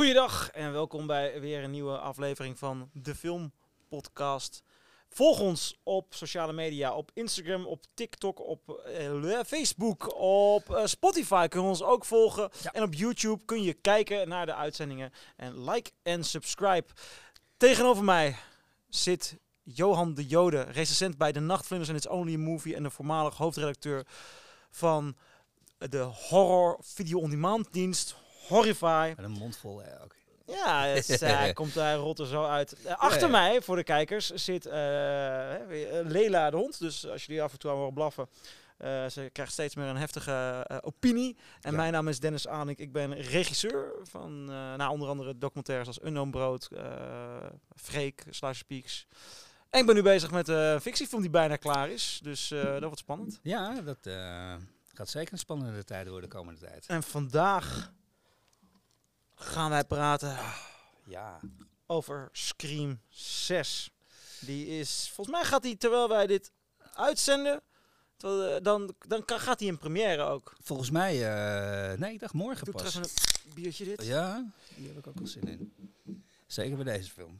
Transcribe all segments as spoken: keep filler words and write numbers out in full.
Goeiedag en welkom bij weer een nieuwe aflevering van de Filmpodcast. Volg ons op sociale media, op Instagram, op TikTok, op uh, Facebook, op uh, Spotify kun je ons ook volgen. Ja. En op YouTube kun je kijken naar de uitzendingen en like en subscribe. Tegenover mij zit Johan de Jode, recensent bij De Nachtvlinders en It's Only a Movie en de voormalig hoofdredacteur van de horror video-on-demand dienst Horrify. Met een mond vol, hè, ook. Ja, het uh, komt daar rot er zo uit. Uh, achter ja, ja. mij, voor de kijkers, zit uh, Lela de hond. Dus als jullie af en toe aan horen blaffen, uh, ze krijgt steeds meer een heftige uh, opinie. En ja. mijn naam is Dennis Aanink. Ik ben regisseur van uh, nou, onder andere documentaires als Unknown Brood, uh, Freek, Slicer Peaks. En ik ben nu bezig met een fictiefilm die bijna klaar is. Dus uh, dat wordt spannend. Ja, dat uh, gaat zeker een spannende tijd worden de komende tijd. En vandaag gaan wij praten ah, ja. over Scream zes. Die is, volgens mij gaat die, terwijl wij dit uitzenden, terwijl, dan, dan kan, gaat die in première ook. Volgens mij, uh, nee, ik dacht morgen Doe pas. Doe even een biertje dit. Ja, die heb ik ook wel zin in. Zeker bij deze film.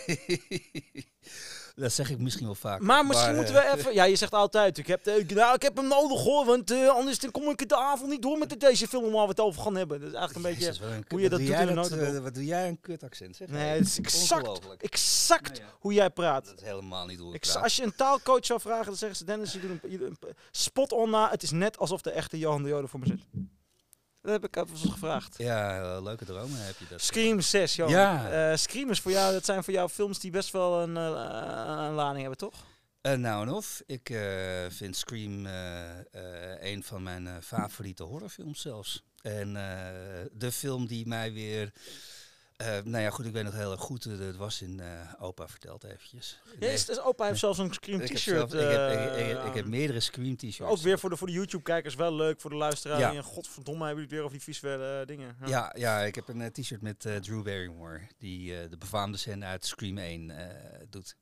Dat zeg ik misschien wel vaak. Maar misschien maar, moeten we even... Ja, je zegt altijd, ik heb, de, nou, ik heb hem nodig hoor, want uh, anders dan kom ik de avond niet door met deze film waar we het over gaan hebben. Dat is eigenlijk een Jezus, beetje een hoe je dat doet in de notendop. Uh, wat doe jij een kutaccent, zeg? Nee, het is exact, exact nee, ja. hoe jij praat. Dat is helemaal niet hoe ik ik praat. Als je een taalcoach zou vragen, dan zeggen ze, Dennis, je doet een, je, een spot on na. Het is net alsof de echte Johan de Jode voor me zit. Dat heb ik even gevraagd. Ja, uh, leuke dromen heb je dat. Scream zes, joh. Ja. Uh, Scream is voor jou, dat zijn voor jou films die best wel een, uh, een lading hebben, toch? Uh, nou en of. Ik uh, vind Scream uh, uh, een van mijn uh, favoriete horrorfilms zelfs. En uh, de film die mij weer... Uh, nou ja, goed, ik weet nog heel erg goed. Uh, het was in uh, Opa verteld eventjes. Ja, is, is Opa heeft zelfs een Scream t-shirt. Ik, uh, ik, heb, ik, ik, ik heb meerdere Scream t-shirts. Ook weer voor de, voor de YouTube-kijkers wel leuk, voor de luisteraar. Ja. En godverdomme, hebben jullie het weer over die visuele uh, dingen. Ja. ja, ja, ik heb een uh, t-shirt met uh, Drew Barrymore, die uh, de befaamde scène uit Scream één uh, doet.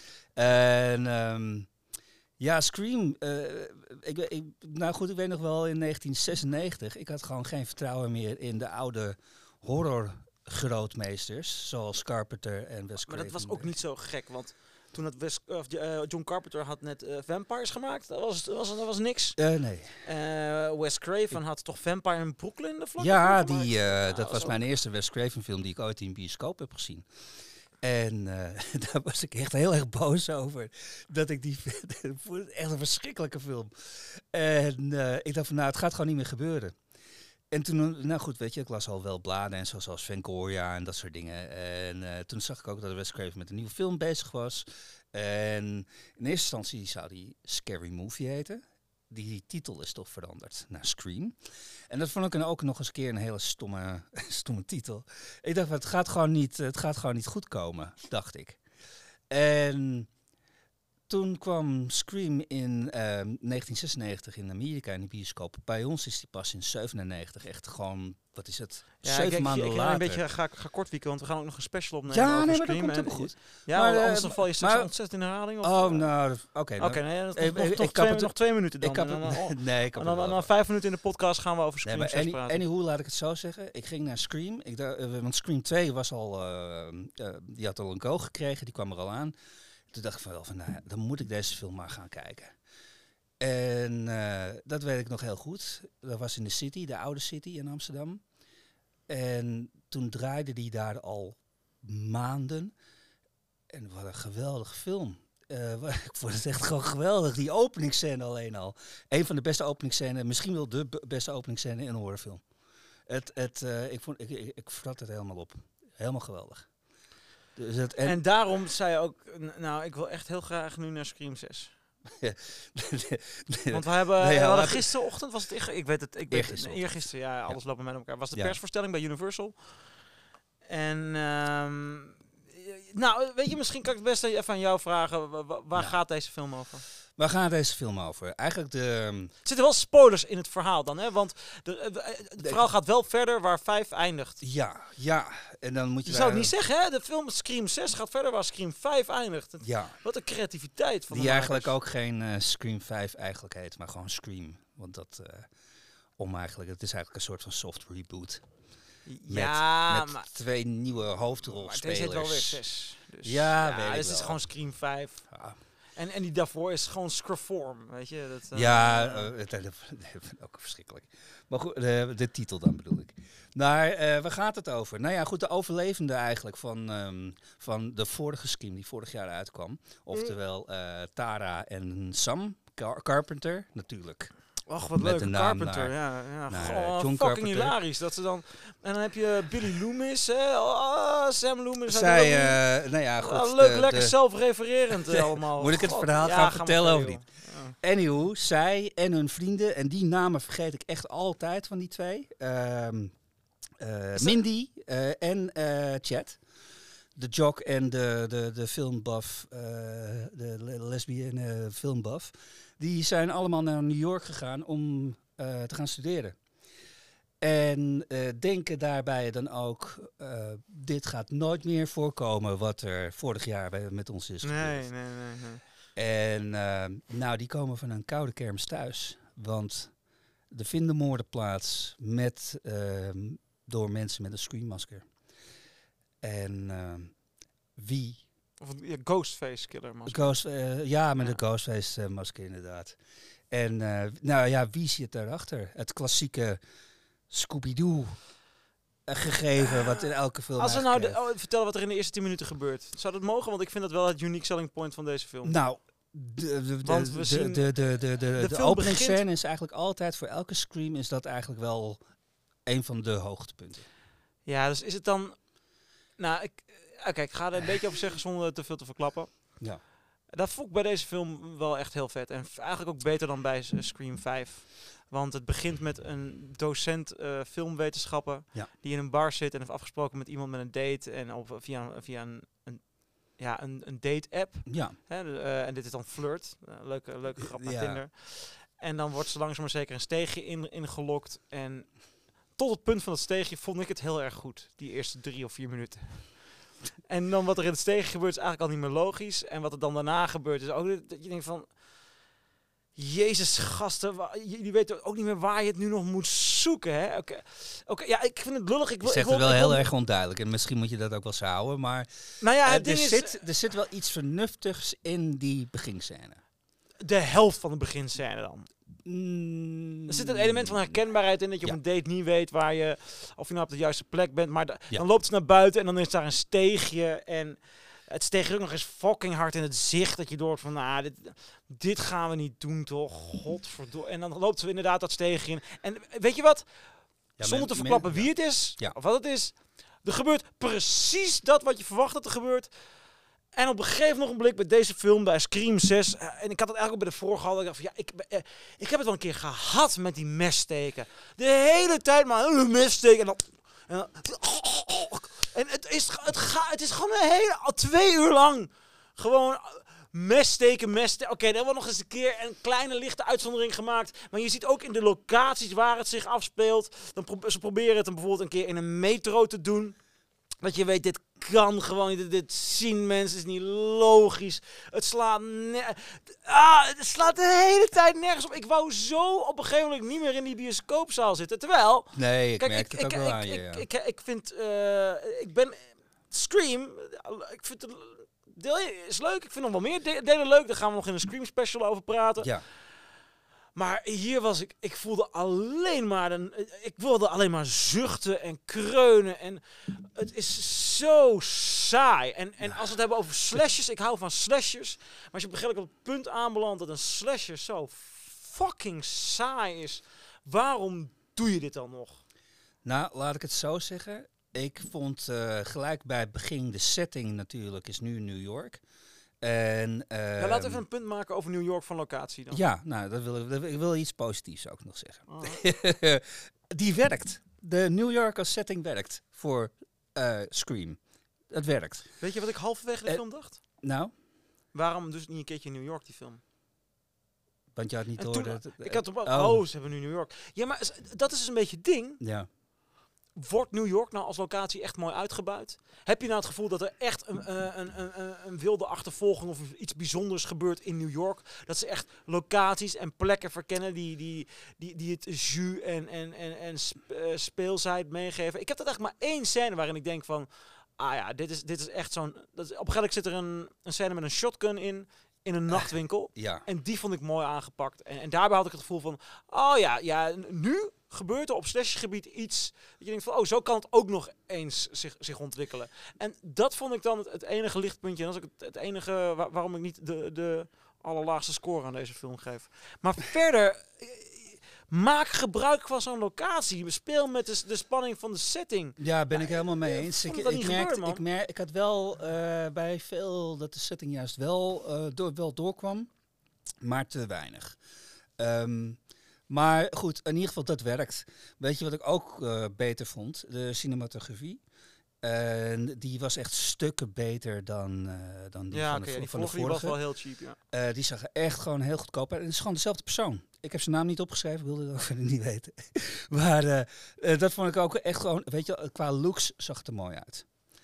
En um, ja, Scream, uh, ik, ik, nou goed, ik weet nog wel in negentien zesennegentig, ik had gewoon geen vertrouwen meer in de oude horror grootmeesters, zoals Carpenter en Wes Craven. Maar dat was ook niet zo gek, want toen het Wes, uh, John Carpenter had net uh, Vampires gemaakt, dat was, dat was, dat was niks. Uh, nee. Uh, Wes Craven had toch Vampire in Brooklyn de vlak? Ja, die, uh, nou, dat, dat was ook mijn eerste Wes Craven film die ik ooit in bioscoop heb gezien. En uh, daar was ik echt heel erg boos over. Dat ik die vond echt een verschrikkelijke film. En uh, ik dacht van, nou, het gaat gewoon niet meer gebeuren. En toen, nou goed, weet je, ik las al wel bladen en zo, zoals Fangoria en dat soort dingen. En uh, toen zag ik ook dat Wes Craven met een nieuwe film bezig was. En in eerste instantie zou die Scary Movie heten. Die titel is toch veranderd naar Scream. En dat vond ik ook nog eens een keer een hele stomme, stomme titel. Ik dacht, het gaat gewoon niet, het gaat gewoon niet goed komen, dacht ik. En toen kwam Scream in uh, negentien zesennegentig in Amerika in de bioscoop. Bij ons is die pas in zevenennegentig echt gewoon, wat is het, ja, zeven ik, maanden ik, ik, later. Een beetje ga, ga kort wieken, want we gaan ook nog een special opnemen ja, over nee, Scream. Maar dat komt en, goed. Ja, maar, anders dan val je straks maar, ontzettend in herhaling. Of, oh, nou, oké. Okay, Oké, okay, nee, ik, nog, ik, nog, ik twee, het, nog twee minuten dan. Ik heb en dan, het, oh, nee, ik heb en dan, het dan, dan vijf minuten in de podcast gaan we over Scream nee, zes any, praten. Anyhow, laat ik het zo zeggen. Ik ging naar Scream. Ik dacht, uh, want Scream twee was al, uh, uh, die had al een go gekregen, die kwam er al aan. Toen dacht ik van wel van, nou, dan moet ik deze film maar gaan kijken. En uh, dat weet ik nog heel goed. Dat was in de City, de oude City in Amsterdam. En toen draaide die daar al maanden. En wat een geweldige film. Uh, ik vond het echt gewoon geweldig. Die openingsscène alleen al. Een van de beste openingsscènes, misschien wel de b- beste openingsscène in een horrorfilm. Het, het, uh, ik, vond, ik, ik, ik vrat het helemaal op. Helemaal geweldig. Dus het, en, en daarom zei je ook, nou, ik wil echt heel graag nu naar Scream zes. nee, Want we hebben, nee, we hadden het, gisterochtend, was het, ik, ik weet het, ik weet het, eergisteren, ja, alles ja. loopt met elkaar, was de ja. persvoorstelling bij Universal. En, um, nou, weet je, misschien kan ik het best even aan jou vragen, waar, waar ja. gaat deze film over? Waar gaat deze film over? Eigenlijk de... Er zitten wel spoilers in het verhaal dan, hè? Want de, het verhaal gaat wel verder waar vijf eindigt. Ja, ja. En dan moet je... Je zou het niet zeggen, hè? De film Scream zes gaat verder waar Scream vijf eindigt. Ja. Wat een creativiteit van de Die eigenlijk ook geen uh, Scream vijf eigenlijk heet, maar gewoon Scream. Want dat... Uh, om eigenlijk... Het is eigenlijk een soort van soft reboot. Ja, met met maar, twee nieuwe maar hoofdrolspelers. deze heeft wel weer zes. Dus, Ja, ja, weet ik dit is wel. gewoon Scream vijf. Ja, En, en die daarvoor is gewoon Screform, weet je. Dat, uh, ja uh, uh, het, het, het, ook verschrikkelijk. Maar goed, de, de titel dan bedoel ik. Maar uh, waar gaat het over? Nou ja, goed, de overlevende eigenlijk van, um, van de vorige Scream die vorig jaar uitkwam. Oftewel uh, Tara en Sam Car Carpenter, natuurlijk. Och, wat Met leuk, de naam Carpenter, naar- ja. ja naar, goh, uh, John fucking Carpenter. hilarisch. Dat ze dan, en dan heb je Billy Loomis, hè. Oh, Sam Loomis. Zij, uh, uh, nou ja, goed. oh, leuk, de, lekker de, zelfrefererend uh, allemaal. Moet ik het God, verhaal ja, gaan ga vertellen maar of verder, niet? joh. Ja. Anywho, zij en hun vrienden, en die namen vergeet ik echt altijd van die twee. Um, uh, Mindy uh, en uh, Chad. De jock en de, de, de filmbuff, uh, de lesbian uh, filmbuff. Die zijn allemaal naar New York gegaan om uh, te gaan studeren. En uh, denken daarbij dan ook, uh, dit gaat nooit meer voorkomen wat er vorig jaar bij, met ons is gebeurd. Nee, nee, nee, nee. En uh, nou, die komen van een koude kermis thuis. Want er vinden moorden plaats met, uh, door mensen met een screammasker. En uh, wie... Of een ja, Ghostface killer masker. Ghost, uh, ja, met Ja. een Ghostface uh, masker inderdaad. En uh, nou ja, wie zit daarachter? Het klassieke Scooby-Doo uh, gegeven wat in elke film Als we nou de, eigenlijk, oh, vertellen wat er in de eerste tien minuten gebeurt. Zou dat mogen? Want ik vind dat wel het unique selling point van deze film. Nou, de, de, Want de, we de, zien- de, de, de, de, de film openingsscène begint- is eigenlijk altijd, voor elke Scream is dat eigenlijk wel een van de hoogtepunten. Ja, dus is het dan... Nou, ik, uh, kijk, ik ga er een beetje over zeggen zonder te veel te verklappen. Ja. Dat vond ik bij deze film wel echt heel vet. En f- eigenlijk ook beter dan bij uh, Scream vijf. Want het begint met een docent uh, filmwetenschappen Ja. die in een bar zit en heeft afgesproken met iemand met een date. En op, via, via een, een, ja, een, een date-app. Ja, Hè, de, uh, en dit is dan Flirt. Uh, leuke, leuke grap naar Ja. Tinder. En dan wordt ze langzaam maar zeker een steegje in, ingelokt. En tot het punt van het steegje vond ik het heel erg goed. Die eerste drie of vier minuten. En dan wat er in het steegje gebeurt is eigenlijk al niet meer logisch. En wat er dan daarna gebeurt is ook dat je denkt van... Jezus, gasten, wa- jullie weten ook niet meer waar je het nu nog moet zoeken, hè? Oké, oké, ja, ik vind het lullig. Ik je wil, zegt ik wil, het wel ik wil- heel erg onduidelijk. En misschien moet je dat ook wel zo houden. Maar Nou ja, uh, het er, ding is... zit, er zit wel iets vernuftigs in die beginscène. De helft van de beginscène dan. Mm, Er zit een element van herkenbaarheid in dat je Ja. op een date niet weet waar je, of je nou op de juiste plek bent. Maar da- Ja. dan loopt ze naar buiten en dan is daar een steegje. En het steegje is ook nog eens fucking hard in het zicht. Dat je door van, nou, dit, dit gaan we niet doen toch. Godverdomme. En dan loopt ze inderdaad dat steegje in. En weet je wat? Ja, Zonder men- te men- verklappen wie het is, Ja. of wat het is. Er gebeurt precies dat wat je verwacht dat er gebeurt. En op een gegeven ogenblik bij deze film, bij Scream zes... eh, en ik had het eigenlijk ook bij de vorige al. Ik dacht van, ja, ik, eh, ik heb het wel een keer gehad met die messteken. De hele tijd maar een messteken. En, dan, en, dan- en het, is, het, ga, het is gewoon een hele... Al twee uur lang gewoon... Messteken, messteken. Oké, okay, er wordt nog eens een keer een kleine lichte uitzondering gemaakt. Maar je ziet ook in de locaties waar het zich afspeelt. Dan pro- ze proberen het dan bijvoorbeeld een keer in een metro te doen. Dat je weet, dit kan gewoon niet. Dit, dit zien mensen, is niet logisch. Het slaat, ne- ah, het slaat de hele tijd nergens op. Ik wou zo op een gegeven moment niet meer in die bioscoopzaal zitten. Terwijl, Nee, ik kijk, merk ik, het ik, ook wel ik, aan je. ik, ja. ik, ik, ik vind, uh, ik ben, Scream, ik vind het, deel is leuk. Ik vind nog wel meer de- delen leuk. Daar gaan we nog in een Scream special over praten. ja. Maar hier was ik, ik voelde alleen maar, een, ik wilde alleen maar zuchten en kreunen. En het is zo saai. En, en als we het hebben over slashers, ik hou van slashers. Maar als je op een gegeven moment op het punt aanbelandt dat een slasher zo fucking saai is. Waarom doe je dit dan nog? Nou, laat ik het zo zeggen. Ik vond uh, gelijk bij het begin de setting natuurlijk is nu New York. En, uh, Ja, laten we even een punt maken over New York van locatie dan. Ja, nou, dat wil, dat, ik wil iets positiefs ook nog zeggen. Uh-huh. Die werkt. De New York als setting werkt voor uh, Scream. Het werkt. Weet je wat ik halverwege de Uh, film dacht? Nou, Waarom dus niet een keertje in New York die film? want je had niet En door toen- dat... Ik had op, oh. oh, ze hebben nu New York. Ja, maar s- dat is dus een beetje het ding. Ja. wordt New York nou als locatie echt mooi uitgebuit? Heb je nou het gevoel dat er echt een, uh, een, een, een, een wilde achtervolging of iets bijzonders gebeurt in New York? Dat ze echt locaties en plekken verkennen die, die, die, die het jus en, en, en, en sp- uh, speelsheid meegeven? Ik heb dat echt maar één scène waarin ik denk van... Ah ja, dit is, dit is echt zo'n... Dat is, op een gegeven moment zit er een, een scène met een shotgun in... in een nachtwinkel. Ja. En die vond ik mooi aangepakt. En, en daarbij had ik het gevoel van... Oh ja, ja nu gebeurt er op slashgebied iets... dat je denkt van... Oh, zo kan het ook nog eens zich, zich ontwikkelen. En dat vond ik dan het, het enige lichtpuntje. En dat is ook het, het enige waar, waarom ik niet de, de allerlaagste score aan deze film geef. Maar verder... Maak gebruik van zo'n locatie. Speel met de, de spanning van de setting. Ja, ben ja, ik helemaal mee uh, eens. Ik, ik, ik, merkte, ik, merk, ik had wel uh, bij veel dat de setting juist wel, uh, door, wel doorkwam, maar te weinig. Um, maar goed, in ieder geval dat werkt. Weet je wat ik ook uh, beter vond? De cinematografie. En die was echt stukken beter dan, uh, dan die ja, van, okay, de, die van de vorige. vorige. Die was wel heel cheap, ja. Uh, die zag er echt gewoon heel goedkoop uit. En het is gewoon dezelfde persoon. Ik heb zijn naam niet opgeschreven, ik wilde het ook verder niet weten. maar uh, uh, dat vond ik ook echt gewoon, weet je, qua looks zag het er mooi uit.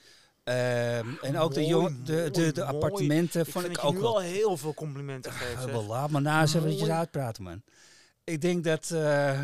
Um, en ook mooi, de, jong, de, de, de, de appartementen ik vond ik ik ook wel... wel heel veel complimenten geven. Uh, laat maar na eens eventjes uitpraten, man. Ik denk dat, uh,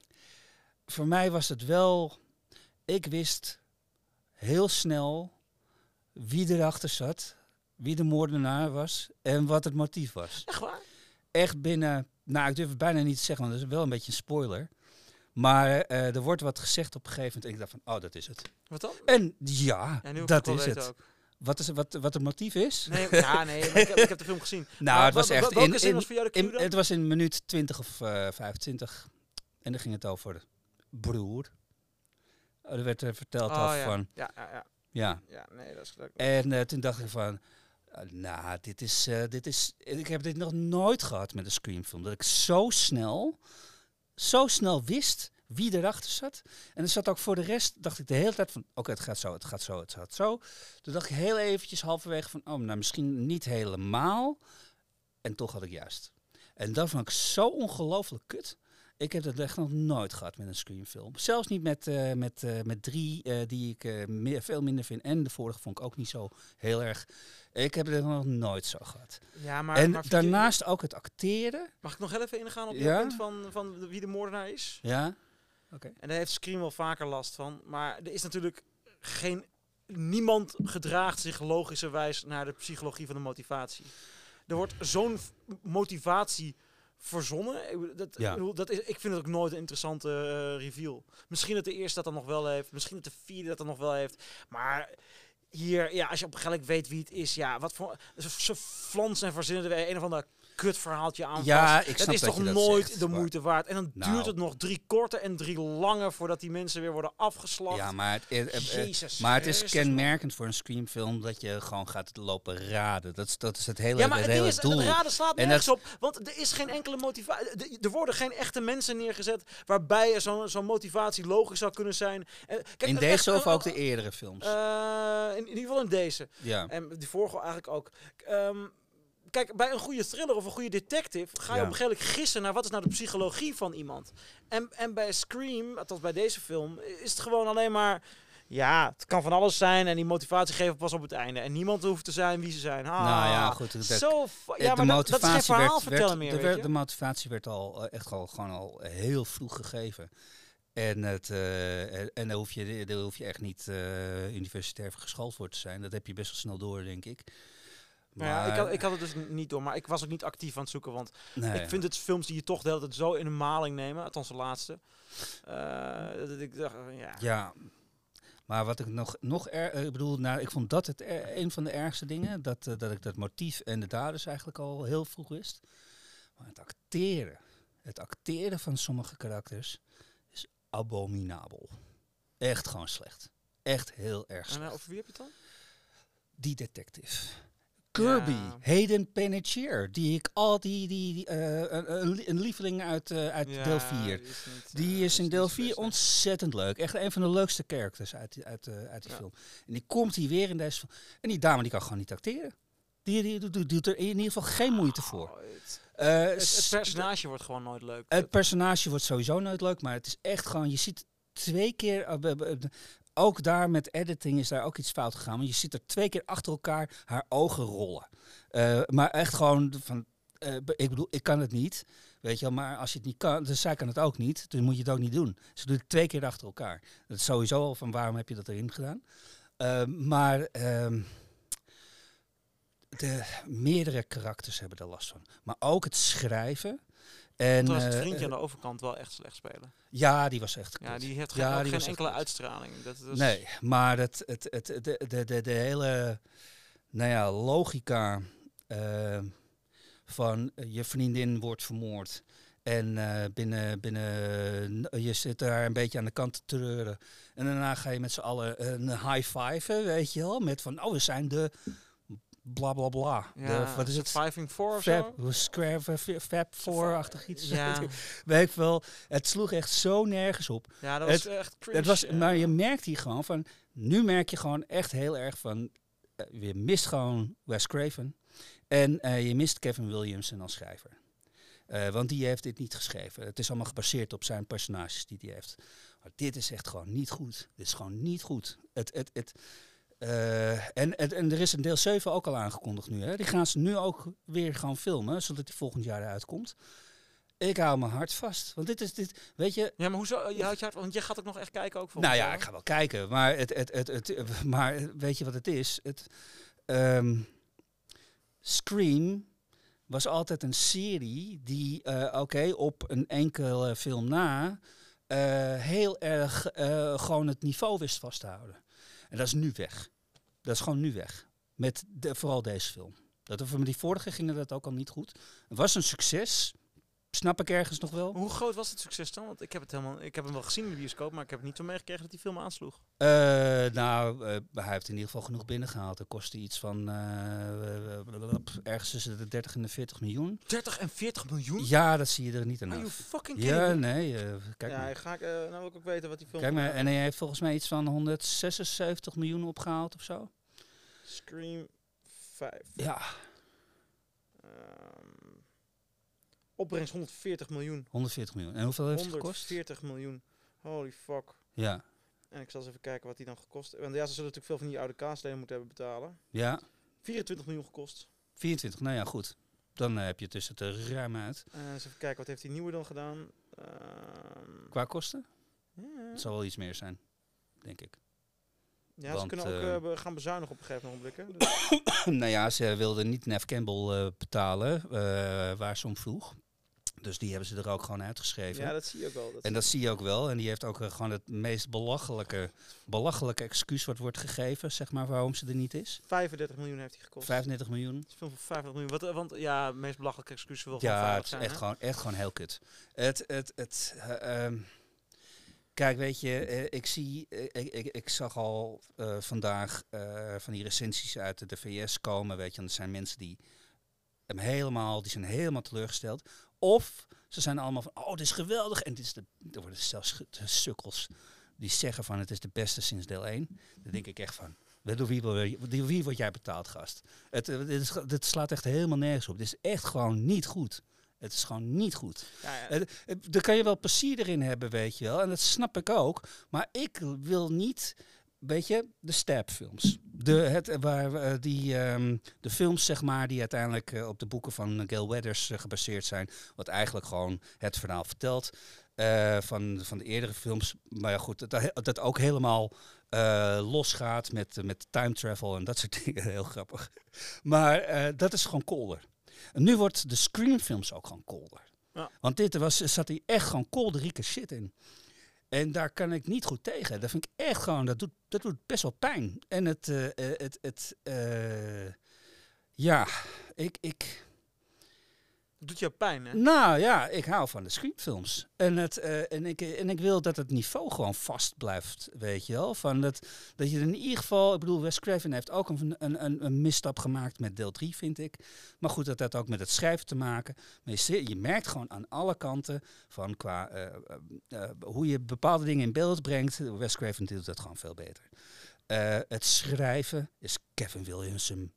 voor mij was het wel, ik wist heel snel wie erachter zat, wie de moordenaar was en wat het motief was. Echt waar? Echt binnen, nou ik durf het bijna niet te zeggen, want dat is wel een beetje een spoiler. Maar uh, er wordt wat gezegd op een gegeven moment en ik dacht van, oh dat is het. Wat dan? En ja, ja dat is het. Ook. Wat, is, wat, wat het motief is? Nee, ja, nee ik, heb, ik heb de film gezien. Nou, maar, het was echt... Welke in, zin was voor jou de clue in, dan? Het was in minuut twintig of uh, vijfentwintig. En dan ging het over broer. Er werd uh, verteld oh, af ja. van... Ja, ja, ja. Ja. Ja, nee, dat is leuk. En uh, toen dacht ik van... Uh, nou, dit is, uh, dit is... Ik heb dit nog nooit gehad met een Scream-film. Dat ik zo snel... Zo snel wist wie erachter zat. En er zat ook voor de rest... Dacht ik de hele tijd van... Oké, okay, het gaat zo, het gaat zo, het gaat zo. Toen dacht ik heel eventjes halverwege van... Oh, nou, misschien niet helemaal. En toch had ik juist. En dat vond ik zo ongelooflijk kut. Ik heb dat echt nog nooit gehad met een Scream-film. Zelfs niet met, uh, met, uh, met drie, uh, die ik uh, meer, veel minder vind. En de vorige vond ik ook niet zo heel erg... Ik heb het nog nooit zo gehad. Ja, maar, en maar daarnaast je... ook het acteren. Mag ik nog heel even ingaan op je ja? punt van, van wie de moordenaar is? Ja. Oké. Okay. En daar heeft Scream wel vaker last van. Maar er is natuurlijk geen... Niemand gedraagt zich logischerwijs naar de psychologie van de motivatie. Er wordt zo'n f- motivatie... verzonnen. Dat, ja. bedoel, dat is, ik vind het ook nooit een interessante uh, reveal. Misschien dat de eerste dat dan nog wel heeft. Misschien dat de vierde dat dan nog wel heeft. Maar hier, ja, als je op een gegeven moment weet wie het is, ja, wat voor... Ze flansen en verzinnen er een of ander kutverhaaltje aan ja, vast. Ik dat is dat toch dat nooit zegt, de moeite waard. En dan nou. duurt het nog drie korte en drie lange voordat die mensen weer worden afgeslacht. Ja, maar het, het, het, Jezus, maar het is Christus, kenmerkend man. Voor een Scream-film dat je gewoon gaat lopen raden. Dat is, dat is het hele, ja, maar het het hele is, doel. Het raden slaat en nergens dat, op, want er is geen enkele motivatie. Er worden geen echte mensen neergezet waarbij zo'n zo'n motivatie logisch zou kunnen zijn. En, kijk, in deze echt, of uh, ook de eerdere films? Uh, in, in ieder geval in deze. Ja. En die vorige eigenlijk ook. Um, Kijk, bij een goede thriller of een goede detective ga je ja. op een gegeven moment gissen naar wat is nou de psychologie van iemand. En, en bij Scream, althans bij deze film, is het gewoon alleen maar... Ja, het kan van alles zijn en die motivatie geven pas op het einde. En niemand hoeft te zijn wie ze zijn. Ah, nou ja, goed. Dat, zo ja, maar dat, dat is geen verhaal werd, vertellen werd, meer, de, weet je? de motivatie werd al uh, echt al, gewoon al heel vroeg gegeven. En, het, uh, en daar, hoef je, daar hoef je echt niet uh, universitair geschoold voor te zijn. Dat heb je best wel snel door, denk ik. Maar ja, ik, had, ik had het dus niet door, maar ik was ook niet actief aan het zoeken, want nee, ik vind het films die je toch de hele tijd zo in een maling nemen, althans de laatste. Uh, dat ik dacht, ja. Ja, maar wat ik nog, nog er, ik bedoel, nou, ik vond dat het er, een van de ergste dingen, dat, uh, dat ik dat motief en de daders eigenlijk al heel vroeg wist. Maar het acteren, het acteren van sommige karakters is abominabel. Echt gewoon slecht. Echt heel erg slecht. En uh, over wie heb je het dan? Die detective. Kirby, ja. Hayden Panettiere, die ik al die, die, die uh, een, een lieveling uit, uh, uit ja, deel vier. Die is, niet, die uh, is in deel vier ontzettend leuk. Echt een van de leukste characters uit die, uit, uh, uit die ja. film. En die komt hier weer in deze film. En die dame die kan gewoon niet acteren. Die, die, die, die doet er in ieder geval geen moeite voor. Oh, het, uh, het, het personage wordt gewoon nooit leuk. Het personage wordt sowieso nooit leuk, maar het is echt gewoon, je ziet twee keer... Uh, uh, uh, ook daar met editing is daar ook iets fout gegaan. Want je ziet er twee keer achter elkaar haar ogen rollen. Uh, maar echt gewoon van... Uh, ik bedoel, ik kan het niet. Weet je wel, maar als je het niet kan... Dus zij kan het ook niet. Dus moet je het ook niet doen. Ze doet het twee keer achter elkaar. Dat is sowieso al van waarom heb je dat erin gedaan. Uh, maar... Uh, de meerdere karakters hebben er last van. Maar ook het schrijven... En, Toen was het uh, vriendje aan de overkant wel echt slecht spelen. Ja, die was echt Ja, goed. die heeft geen, ja, ook die geen was enkele goed. uitstraling. Dat, dat is Nee, maar het, het, het, de, de, de, de hele nou ja, logica uh, van uh, je vriendin wordt vermoord. En uh, binnen, binnen uh, je zit daar een beetje aan de kant te treuren. En daarna ga je met z'n allen een high five, weet je wel. Met van, oh, we zijn de... bla bla bla. Ja, de, wat is het? Surviving four of Fab, zo? Square, Fab four-achtig iets. Ja. Weet ik wel. Het sloeg echt zo nergens op. Ja, dat was het, echt cringe. Het was, ja. maar je merkt hier gewoon van... Nu merk je gewoon echt heel erg van... Uh, je mist gewoon Wes Craven. En uh, je mist Kevin Williamson als schrijver. Uh, want die heeft dit niet geschreven. Het is allemaal gebaseerd op zijn personages die hij heeft. Maar dit is echt gewoon niet goed. Dit is gewoon niet goed. Het... het, het Uh, en, en, en er is een deel zeven ook al aangekondigd nu. Hè? Die gaan ze nu ook weer gaan filmen, zodat die volgend jaar eruit komt. Ik hou mijn hart vast. Want dit is dit, weet je... Ja, maar hoezo? Je houdt je hart, want je gaat ook nog echt kijken ook volgend Nou ja, jaar. ik ga wel kijken. Maar, het, het, het, het, het, maar weet je wat het is? Het, um, Scream was altijd een serie die, uh, oké, okay, op een enkele film na... Uh, heel erg uh, gewoon het niveau wist vast te houden. En dat is nu weg. Dat is gewoon nu weg. Met de, vooral deze film. Dat, met die vorige ging dat ook al niet goed. Het was een succes. Snap ik ergens nog wel. Hoe groot was het succes dan? Want ik heb, het helemaal, ik heb hem wel gezien in de bioscoop, maar ik heb het niet zo meegekregen dat die film aansloeg. Uh, nou, uh, hij heeft in ieder geval genoeg binnengehaald. Het kostte iets van uh, ergens tussen de dertig en de veertig miljoen. dertig en veertig miljoen? Ja, dat zie je er niet aan. Are you fucking Ja, kidding? nee. Uh, kijk ja, maar. ga ik, uh, nou wil ik ook weten wat die film... Kijk maar, en hij heeft volgens mij iets van honderdzesenzeventig miljoen opgehaald of zo. Scream vijf. Ja. Um, opbrengst honderdveertig miljoen. honderdveertig miljoen. En hoeveel heeft het gekost? honderdveertig miljoen. Holy fuck. Ja. En ik zal eens even kijken wat die dan gekost heeft. Want ja, ze zullen natuurlijk veel van die oude kaasleden moeten hebben betalen. Ja. vierentwintig miljoen gekost. vierentwintig, nou ja, goed. Dan uh, heb je het tussen het ruim uit. Uh, eens even kijken, wat heeft die nieuwe dan gedaan? Uh, Qua kosten? Ja. Het zal wel iets meer zijn, denk ik. Ja, Want, ze kunnen ook uh, uh, gaan bezuinigen op een gegeven moment. Dus. Nou ja, ze wilden niet Neve Campbell uh, betalen, uh, waar ze om vroeg. Dus die hebben ze er ook gewoon uitgeschreven. Ja, dat zie je ook wel. Dat en dat zie je ook wel. En die heeft ook uh, gewoon het meest belachelijke, belachelijke excuus wat wordt gegeven, zeg maar, waarom ze er niet is. vijfendertig miljoen heeft hij gekost. vijfendertig miljoen. Dat is veel voor vijfendertig miljoen. Wat, want ja, het meest belachelijke excuus wil ja, gewoon het is zijn, echt hè? gewoon, echt gewoon heel kut. Het, het, het, uh, um, kijk, weet je, uh, ik zie, uh, ik, ik, ik zag al uh, vandaag uh, van die recensies uit de, de V S komen, weet je, en er zijn mensen die hem helemaal, die zijn helemaal teleurgesteld. Of ze zijn allemaal van, oh, dit is geweldig. En dit is de, er worden zelfs de sukkels die zeggen van, het is de beste sinds deel één. Dan denk ik echt van, door wie, door wie word jij betaald, gast? Het, het, is, het slaat echt helemaal nergens op. Het is echt gewoon niet goed. Het is gewoon niet goed. Ja, ja. Het, het, daar kan je wel plezier erin hebben, weet je wel. En dat snap ik ook. Maar ik wil niet, weet je, de stabfilms. De, het, waar, uh, die, um, de films, zeg maar, die uiteindelijk uh, op de boeken van Gail Weathers uh, gebaseerd zijn. Wat eigenlijk gewoon het verhaal vertelt uh, van, van de eerdere films. Maar ja, goed, dat, dat ook helemaal uh, losgaat met, uh, met time travel en dat soort dingen. Heel grappig. Maar uh, dat is gewoon kolder. En nu wordt de Scream-films ook gewoon kolder. Ja. Want dit was, zat hier echt gewoon kolderieke shit in. En daar kan ik niet goed tegen. Dat vind ik echt gewoon, dat doet, dat doet best wel pijn. En het, uh, het, het, uh, ja, ik, ik... Doet jou pijn, hè? Nou ja, ik hou van de Scream-films. En, het, uh, en, ik, en ik wil dat het niveau gewoon vast blijft, weet je wel. Van dat, dat je in ieder geval, ik bedoel, Wes Craven heeft ook een, een, een misstap gemaakt met deel drie, vind ik. Maar goed, dat heeft ook met het schrijven te maken. Maar je, je merkt gewoon aan alle kanten van qua uh, uh, uh, hoe je bepaalde dingen in beeld brengt. Wes Craven doet dat gewoon veel beter. Uh, het schrijven is Kevin Williamson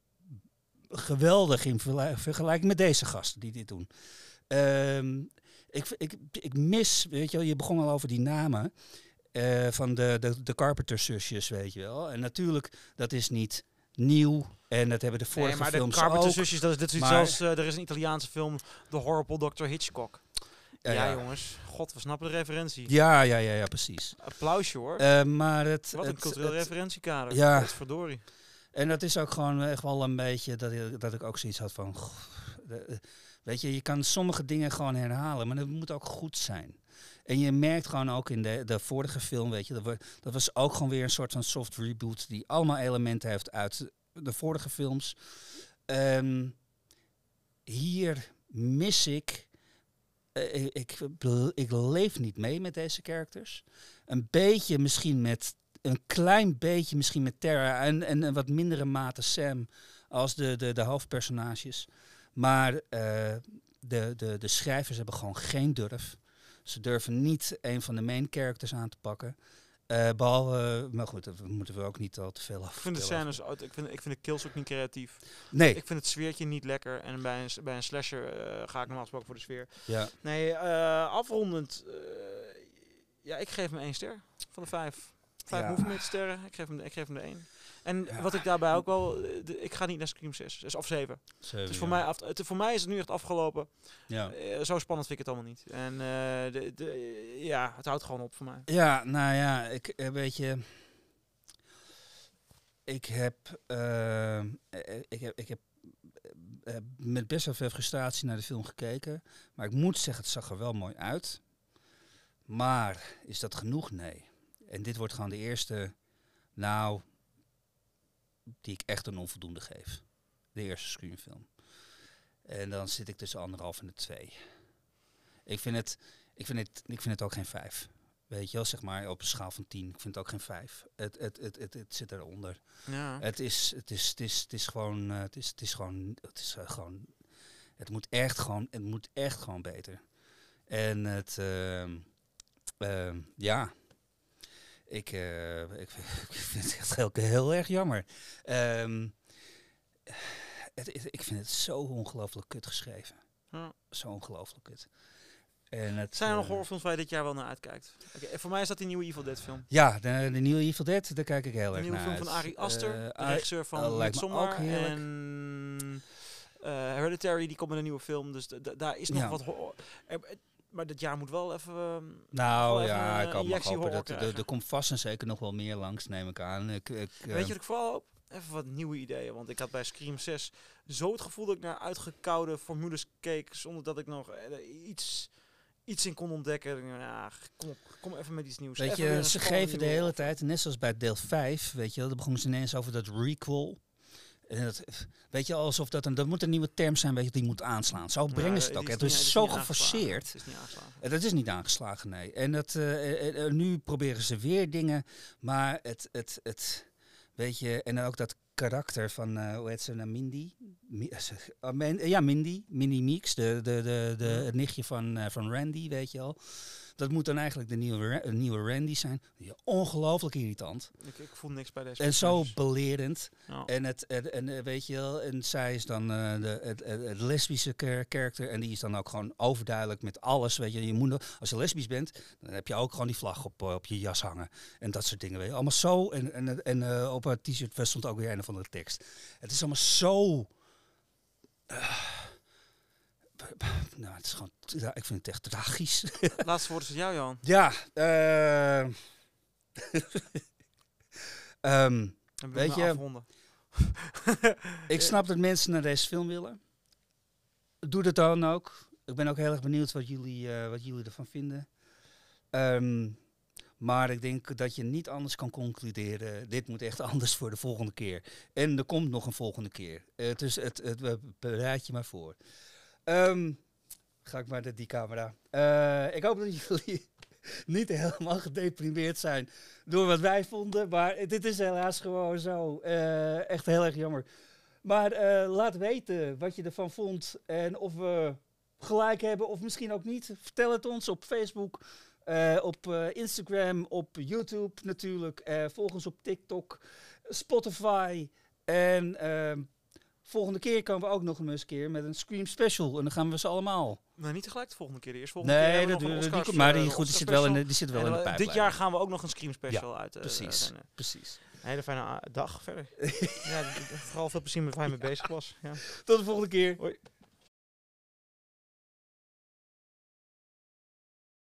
geweldig in vergelijking met deze gasten die dit doen. Um, ik, ik, ik mis, weet je wel, je begon al over die namen uh, van de, de, de Carpenter-zusjes, weet je wel. En natuurlijk, dat is niet nieuw. En dat hebben de vorige nee, maar films de Carpenter-zusjes, dat is dit is iets maar, zoals, uh, er is een Italiaanse film, The Horrible doctor Hitchcock. Ja, ja, jongens. God, we snappen de referentie. Ja, ja, ja, ja, precies. Applausje hoor. Uh, maar het, Wat een het, cultureel het, referentiekader. Ja. Dat is verdorie. En dat is ook gewoon echt wel een beetje dat ik, dat ik ook zoiets had van... Goh, de, weet je, je kan sommige dingen gewoon herhalen, maar dat moet ook goed zijn. En je merkt gewoon ook in de, de vorige film, weet je, dat, we, dat was ook gewoon weer een soort van soft reboot die allemaal elementen heeft uit de vorige films. Um, hier mis ik... Uh, ik, ik, ik leef niet mee met deze characters. Een beetje misschien met... Een klein beetje misschien met Tara en, en een wat mindere mate Sam als de, de, de hoofdpersonages. Maar uh, de, de, de schrijvers hebben gewoon geen durf. Ze durven niet een van de main characters aan te pakken. Uh, behalve, maar goed, daar moeten we ook niet al te veel over Ik vind de scènes, ik vind, ik vind de kills ook niet creatief. Nee. Ik vind het sfeertje niet lekker. En bij een, bij een slasher uh, ga ik normaal gesproken voor de sfeer. Ja. Nee, uh, afrondend. Uh, ja, ik geef hem één ster van de vijf. Vijf ja. movement sterren. Ik geef hem, ik geef hem de één. En ja. wat ik daarbij ook wel... De, ik ga niet naar Scream zes. Dus of zeven. zeven dus voor, ja. mij af, het, voor mij is het nu echt afgelopen. Ja. Uh, zo spannend vind ik het allemaal niet. En uh, de, de, ja, het houdt gewoon op voor mij. Ja, nou ja, ik weet je... Ik heb... Uh, ik heb... Ik heb uh, met best wel veel frustratie naar de film gekeken. Maar ik moet zeggen, het zag er wel mooi uit. Maar is dat genoeg? Nee. En dit wordt gewoon de eerste, nou, die ik echt een onvoldoende geef. De eerste Scream-film. En dan zit ik tussen anderhalf en de twee. Ik vind het, ik vind het, ik vind het ook geen vijf. Weet je wel, zeg maar op een schaal van tien. Ik vind het ook geen vijf. Het, het, het, het, het zit eronder. Ja. Het is, het is, het is, het is gewoon, uh, het is, het is gewoon, het is uh, gewoon, het moet echt gewoon, het moet echt gewoon beter. En het, uh, uh, ja. Ik, uh, ik, ik vind het echt heel, heel erg jammer. Um, het, het, ik vind het zo ongelooflijk kut geschreven. Ja. Zo ongelooflijk kut. En het, Zijn er nog uh, horrorfilms waar je dit jaar wel naar uitkijkt? Okay, voor mij is dat die nieuwe Evil Dead film. Ja, de, de nieuwe Evil Dead, daar kijk ik heel de erg naar uit. De nieuwe film van Ari Aster, uh, de regisseur van uh, Midsommar. En uh, Hereditary, die komt met een nieuwe film. Dus daar is nog ja. wat horror. Er, maar dit jaar moet wel even... Uh, nou wel ja, even ik kan maar hopen dat er, er komt vast en zeker nog wel meer langs, neem ik aan. Ik, ik, uh, Weet je wat ik vooral hoop? Even wat nieuwe ideeën. Want ik had bij Scream zes zo het gevoel dat ik naar uitgekoude formules keek, zonder dat ik nog uh, iets... iets in kon ontdekken. Ja, kom op, kom even met iets nieuws. Weet even je, ze geven de hele op. tijd, net zoals bij deel vijf, weet je wel, dan begonnen ze ineens over dat recall. En dat, weet je, alsof dat een, dat moet een nieuwe term zijn, weet je, die moet aanslaan. Zo brengen ja, ze het ook. Het is, het is zo geforceerd. Het is niet aangeslagen. Dat is niet aangeslagen, nee. En dat, uh, uh, uh, nu proberen ze weer dingen, maar het, het, het, weet je, en ook dat karakter van, uh, hoe heet ze nou, Mindy? Mi- uh, uh, ja, Mindy, Mindy Meeks, de, de, de, de, het nichtje van, uh, van Randy, weet je al. Dat moet dan eigenlijk de nieuwe, uh, nieuwe Randy zijn. Ja, ongelooflijk irritant. Ik, ik voel niks bij deze. En zo belerend. Ja. En, het, en, en uh, weet je wel, en zij is dan uh, de, het, het, het lesbische karakter. En die is dan ook gewoon overduidelijk met alles. Weet je, je moet, als je lesbisch bent, dan heb je ook gewoon die vlag op, uh, op je jas hangen. En dat soort dingen. Weet je. Allemaal zo. En, en, en uh, op haar t-shirt stond ook weer een of andere tekst. Het is allemaal zo... Uh, nou, het is gewoon... Ja, ik vind het echt tragisch. Laatste woord is van jou, Johan. Ja. Uh, um, weet je... ik snap dat mensen naar deze film willen. Doe dat dan ook. Ik ben ook heel erg benieuwd wat jullie, uh, wat jullie ervan vinden. Um, maar ik denk dat je niet anders kan concluderen. Dit moet echt anders voor de volgende keer. En er komt nog een volgende keer. Uh, dus het, het, het, bereid je maar voor. Um, ga ik maar naar die camera. Uh, ik hoop dat jullie niet helemaal gedeprimeerd zijn door wat wij vonden. Maar dit is helaas gewoon zo. Uh, echt heel erg jammer. Maar uh, laat weten wat je ervan vond. En of we gelijk hebben of misschien ook niet. Vertel het ons op Facebook. Uh, op uh, Instagram, op YouTube natuurlijk. Uh, volg ons op TikTok, Spotify. En uh, volgende keer komen we ook nog eens een keer met een Scream special. En dan gaan we ze allemaal. Nou, niet tegelijk de volgende keer. De eerste volgende keer Nee, hebben dat, we nog een die, Oscars, maar die, uh, goed, die Oscar zit wel in de, special. die zit wel En, in de uh, pijplijn. dit jaar gaan we ook nog een Scream special Ja, uit. Uh, precies, uh, precies. Een hele fijne uh, dag verder. Ja, d- d- vooral veel plezier met waar je mee bezig was. Ja. Tot de volgende keer. Hoi.